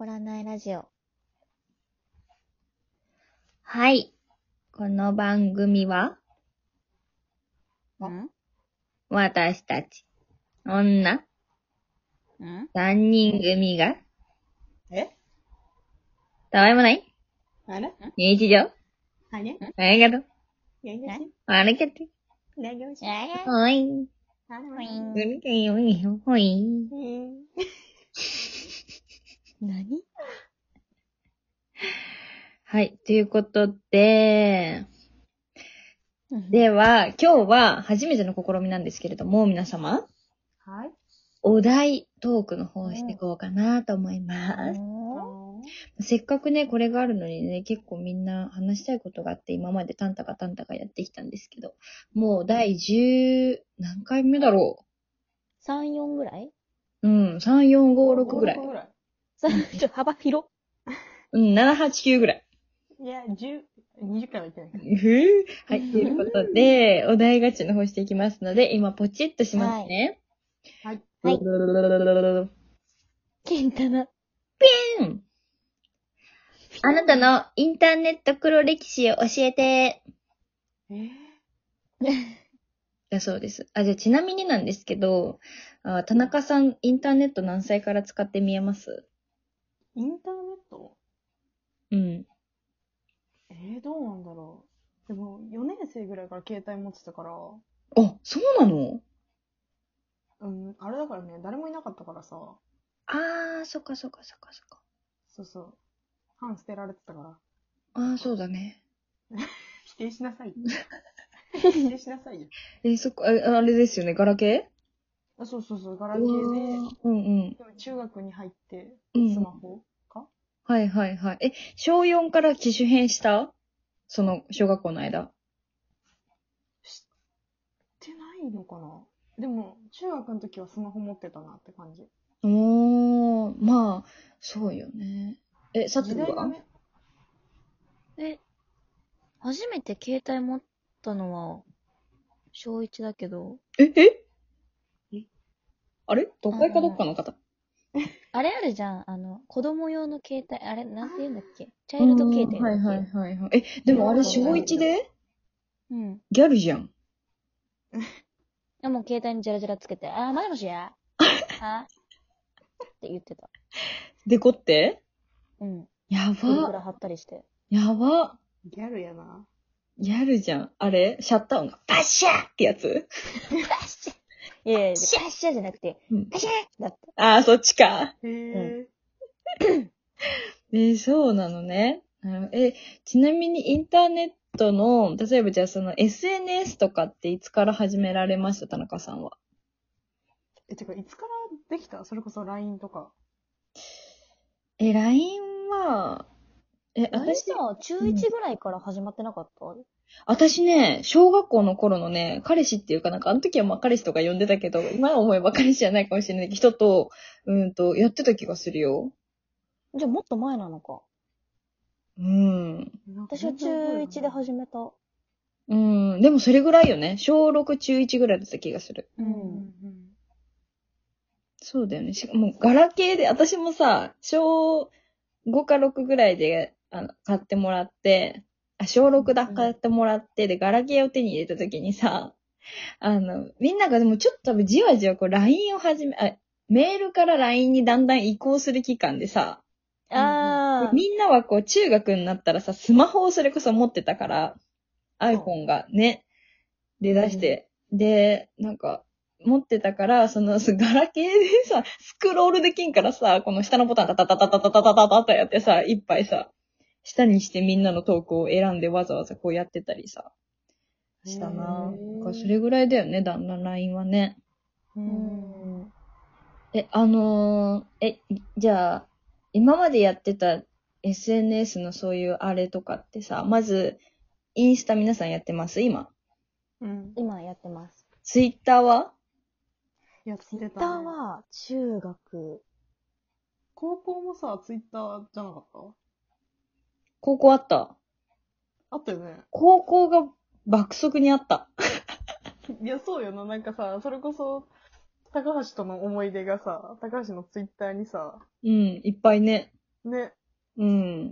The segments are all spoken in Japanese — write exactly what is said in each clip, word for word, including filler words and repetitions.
怒らないラジオ。はい。この番組は、 ん私たち、女、 ん三人組が、 えたわいもないあれ日常あれありがとう。 やりましありがとう。 やりましほい。 あれほい。うるかいよいよ。ほい。 何はい。ということで、では、今日は初めての試みなんですけれども、皆様、 はい。 お題トークの方をしていこうかなと思います。せっかくね、これがあるのにね、結構みんな話したいことがあって、今までタンタカタンタカやってきたんですけど、もう第じゅう、何回目だろさん、よんぐらいううん、さん、よん、ご、ろくぐらい。 ぐらい。さちょ、幅広うん、なな、はち、きゅうぐらい。 いや、じゅう、にじゅっかいは言ってないかふぅはい、ということで、お題ガチの方していきますので、今ポチッとしますね。 はい。 はい。 ケンタナ。 うんあなたのインターネット黒歴史を教えて。 えだそうです。あ、じゃあちなみになんですけど、あ田中さん、インターネット何歳から使って見えます？ インターネットうん。 えー、どうなんだろう。でも、よねん生ぐらいから携帯持ってたから、 あ、そうなの？ うん、あれだからね、誰もいなかったからさ、 あー、そっかそっかそっかそっか。 そうそう、半捨てられてたから、 あー、そうだね。 否定しなさい。否定しなさいよ。 え、そっか、ああれですよね、ガラケあ、そうそうそう、ガーうラケーで、 わーうんうん。 でも中学に入ってうんスマホかはいはいはい。え、小よんから機種変した？その、小学校の間。 してないのかな。でも、中学の時はスマホ持ってたなって感じ。 おー、まあ、そうよね。え、さつは？ 時代がね、 え、初めて携帯持ったのは、小一だけど、 え、ええあれ都会かどっかの方？ あれあるじゃん、あの、子供用の携帯、あれ、なんて言うんだっけチャうイルド携帯だっけんはいはいはいはい。え、でもあれ小いちでうん。 ギャルじゃん。 でもう携帯にジャラジャラつけて、あー、もしもしやあって言ってた。 デコって？ うん。 やプリクラば。 貼ったりして。 やば。 ギャルやな。 ギャルじゃん。あれシャッター音がパッシャーってやつ？ パッシャいやいや、パッシャじゃなくて、 うん。 パシャーだった。 ああ、そっちか。 へえ。 えーそうなのね。あのえ、ちなみにインターネットの、例えばじゃあその エスエヌエス とかっていつから始められました、田中さんは？ え、てか、いつからできたそれこそ ライン とか。 え、ライン は、え、 あれ私、 さ、中いちぐらいから始まってなかった、 私ね、小学校の頃のね、彼氏っていうかなんか、あの時はまあ彼氏とか呼んでたけど、今思えば彼氏じゃないかもしれないけど、人と、うんと、やってた気がするよ。 じゃあもっと前なのか。 うん。 私は中いちで始めた。 うん。でもそれぐらいよね。小ろく、中いちぐらいだった気がする。 うんうんうんそうだよね。しかも、ガラケーで、私もさ、小ごかろくぐらいで、あの、買ってもらって、あ、小ろくだ、 うん買ってもらって、で、ガラケーを手に入れた時にさ、あの、みんながでもちょっと多分じわじわこう ライン を始め、あ、メールから ライン にだんだん移行する期間でさ、 あー。 みんなはこう中学になったらさ、スマホをそれこそ持ってたから、iPhone がね、で出して、で、なんか、持ってたから、その、すガラケーでさ、スクロールできんからさ、この下のボタンタタタタタタタタタタタやってさ、いっぱいさ、下にしてみんなのトークを選んでわざわざこうやってたりさ、したなへーなんかそれぐらいだよね、だんだん ライン はね。 う。 うんん。 え、あのー、え、じゃあ、今までやってた エスエヌエス のそういうあれとかってさ、まず、インスタ皆さんやってます今？ うん。 今やってます。 ツイッターは？ やってた、ね。 ツイッターは中学。 高校もさ、ツイッターじゃなかった高校あった。 あったよね。 高校が爆速にあった。 いや、そうよな。なんかさ、それこそ、高橋との思い出がさ、高橋のツイッターにさ、 うん、いっぱいね。 ね。 うん。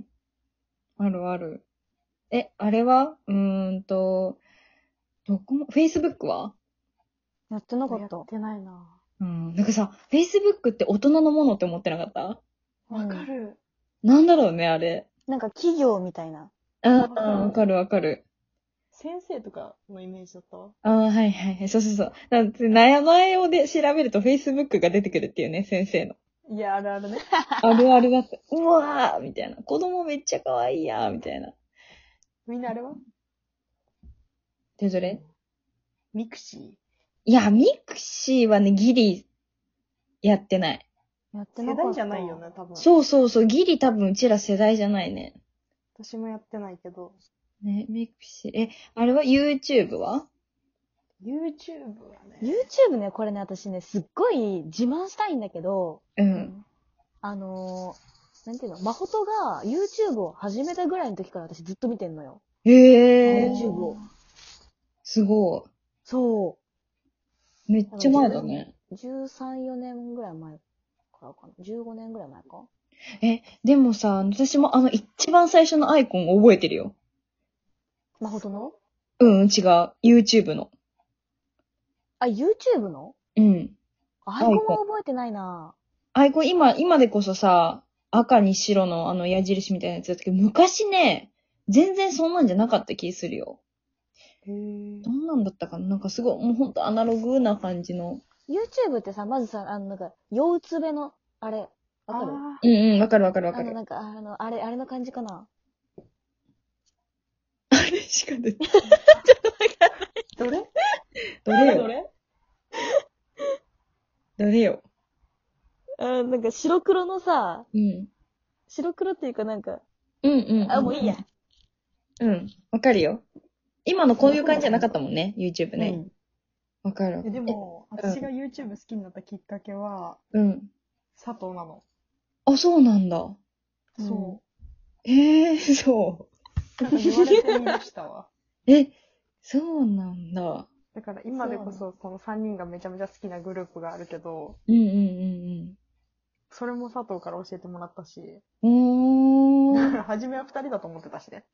あるある。え、あれはうーんと、どこも、Facebook はやってなかやっった。 てないな。 うん。なんかさ、Facebook って大人のものって思ってなかった？ わかる。 なんだろうね、あれ。 なんか企業みたいな。 ああ、 わかるわかるわかる。 先生とかのイメージだったわ。 ああ、はいはいはい。そうそうそう。なんて名前をで調べると Facebook が出てくるっていうね、先生の。 いや、あるあるね。 あるあるだった。うわーみたいな。子供めっちゃ可愛いやーみたいな。 みんなあれはで、どれ？ ミクシー。 いや、ミクシーはね、ギリ、やってない。 やってなかった。 世代じゃないよね、多分。 そうそうそう、ギリ多分うちら世代じゃないね。 私もやってないけど。 ね、ミクシー。え、あれは YouTube は？ YouTube はね。 YouTube ね、これね、私ね、すっごい自慢したいんだけど、 うん。 あのー、なんていうの、まほとが YouTube を始めたぐらいの時から私ずっと見てんのよ。 へえー、 YouTube を。 すごそい。めっちゃ前だね。 う。じゅうさん、よねんぐらい前からかな。じゅうごねんぐらい前か。 え、でもさ、私もあの一番最初のアイコン覚えてるよ。 まほとのうん、違う。YouTube の。 あ、YouTube のうん。 アイコンは覚えてないな。 アイコン今、今でこそさ、赤に白のあの矢印みたいなやつだったけど、昔ね、全然そんなんじゃなかった気するよ。 へー。 どんなんだったかな？なんかすごい、もうほんとアナログな感じの。 YouTube ってさ、まずさ、あの、なんか、腰つべの、あれ、わかるあうんうん、わかるわかるわかあの、 る。 なんか、あの、あれ、あれの感じかな。 あれしか出てー。どれどれよどれどれよあなんか、白黒のさ、 うん。 白黒っていうかなんか、 うんうん。 あ、もういいや。。 うん。わかるよ。今のこういう感じじゃなかったもんね、YouTube ね。 うん。 わかるえ。でも、 え私が YouTube 好きになったきっかけは、 うん。 佐藤なの。 あ、そうなんだ。 うんそええー、そう。 う。なんか言われてみましたわ。 え、そうなんだ。 だから今でこそこのさんにんがめちゃめちゃ好きなグループがあるけど、 うんうんそれも佐藤から教えてもらったし、 うんうん。うーん。 初めはふたりだと思ってたしね。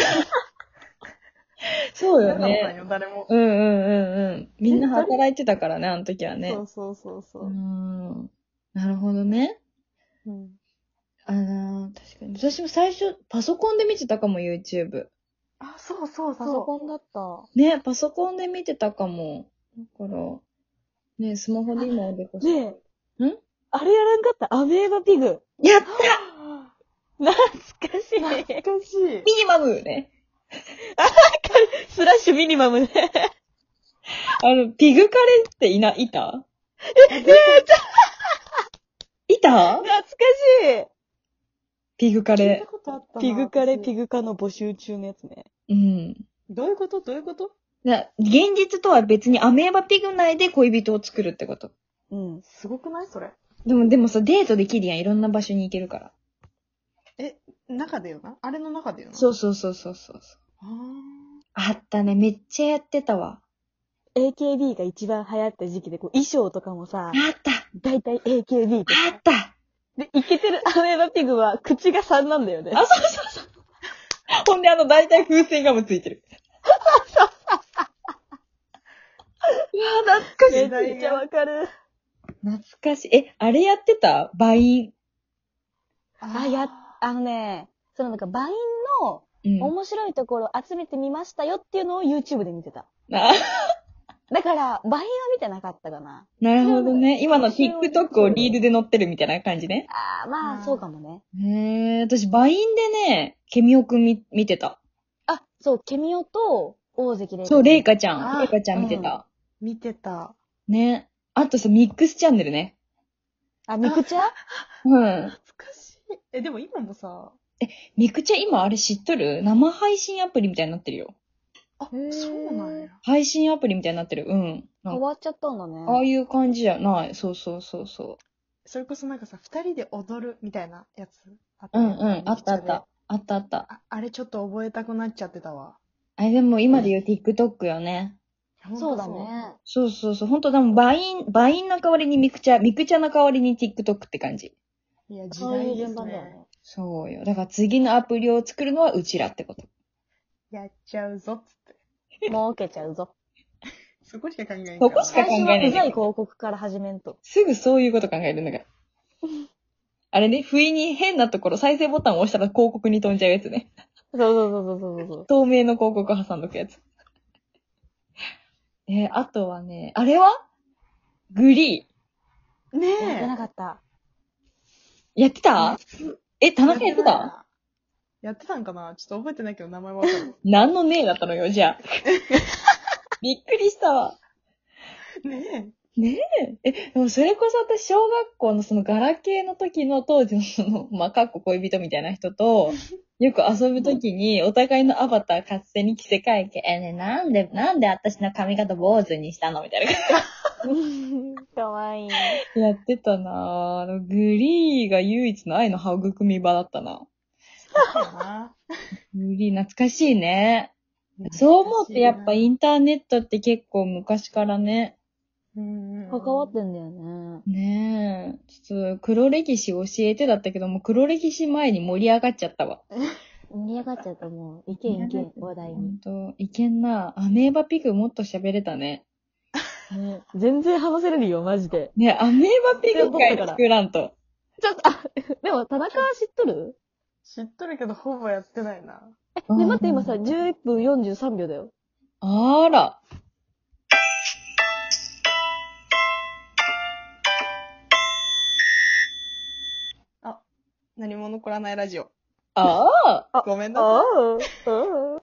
そうよいなかったんね。 よ、誰も。 うんうんうんうん。みんな働いてたからね、あの時はね。 そうそうそうそうう。 ーん。なるほどね。 うん。 あー、確かに。私も最初、パソコンで見てたかも、YouTube。 あ、そうそうパソそコンだった。 ね、パソコンで見てたかも。だから、ね、スマホで今でこそ。 ねえ。 んあれやらんかったアメーバピグ。 やったう。 懐かしい。 懐かしい。 ミニマムね。 スラッシュミニマムね。 あの、ピグカレーっていな、いたいた懐かしい。 ピグカ聞いたレことあったな。 ピグカレ、 私ピグカの募集中のやつね。 ー。うん。 どういうことどういうことな現実とは別にアメーバピグ内で恋人を作るってこと。 うん。 すごくないそれ。 でも、でもさ、デートできるやん。いろんな場所に行けるから。 え、中でよなあれの中でよな。 そううそうそうそうそう。 ああったね。めっちゃやってたわ。 エーケービー が一番流行った時期で、こう衣装とかもさ、 あっただいたい エーケービー とか。 あったで、イケてるアメーバピグは口がさんなんだよね。 あ、そうそうそう。ほんで、あの、大体風船ガムついてる。うわぁ、懐かしい。 めっちゃわかる。 懐かしい。え、あれやってたバイン。 あ、や、あのね、そのなんか、バインのうん。 面白いところ集めてみましたよっていうのを YouTube で見てた。 あだから、バインは見てなかったかな。 なるほどね。今の TikTok をリールで載ってるみたいな感じね。 ああ、まあ、 うんそうかもね。 へえ、私、バインでね、ケミオくん見、見てた。 あ、そう、ケミオと大関玲香。 そう、レイカちゃん。 あレイカちゃん見てた。 見てた。 ね。あとさ、ミックスチャンネルね。 あ、ミクチャうん。 懐かしい。え、でも今もさ、 ミクチャ今あれ知っとる？生配信アプリみたいになってるよ。 あ、 へーそうなんや。 配信アプリみたいになってる。うん。なんか変わっちゃったんだね。 ああいう感じじゃない。そうそうそうそそれこそなんかさ、二人で踊るみたいなやつあっう。うんたようん。あったあっ。 ミクチャでた。あったあった。 ああれちょっと覚えたくなっちゃってたわ。 あれでも今で言う TikTok よね。 そうだね。 そうそうそう。ほんとでもバイン、バインの代わりにミクチャ、ミクチャの代わりに TikTok って感じ。 いや、時そういう代ですね。 順番だよね。 そうよ。だから次のアプリを作るのはうちらってこと。 やっちゃうぞっつって。 儲けちゃうぞ。 そこしか考えない。 そこしか考えない最初はうざい広告から始めんと。 すぐそういうこと考えるんだから。あれね、不意に変なところ再生ボタンを押したら広告に飛んじゃうやつね。 そうそうそうそうそう。 透明の広告挟んどくやつ。えー、あとはね、あれはグリー。 ねえ。 やってなかった。 やってたえ、田中やってたやってたんかなちょっと覚えてないけど名前わかる。 何のねえだったのよ、じゃあ。びっくりしたわ。 ねねえ。え、でもそれこそ私、小学校のそのガラケーの時の当時のその、まあ、かっこ恋人みたいな人と、よく遊ぶ時にお互いのアバター勝手に着せ替えて、え、ね、なんで、なんで私の髪型坊主にしたのみたいなかわいい。 やってたなぁ。グリーが唯一の愛の育み場だったな。 え。そうやな。 グリー懐かしいね。そう思ってやっぱインターネットって結構昔からね。 うんうん。 関わってんだよね。 ねえ。ちょっと黒歴史教えてだったけども、黒歴史前に盛り上がっちゃったわ。 盛り上がっちゃったもう。いけんいけん、話題ほんに。 と、いけんな。アメーバピグもっと喋れたね。 ね、全然話せれるよ、マジで。 ねえ、アメーバピグ会作らんと。 ちょっと、あ、でも田中は知っとる？ 知っとるけどほぼやってないな。 え、で、待って、今さ、じゅういっぷんよんじゅうさんびょうだよ。 あら。 何も残らないラジオ。 ああ。 ごめんなさい。 ああ、ああ。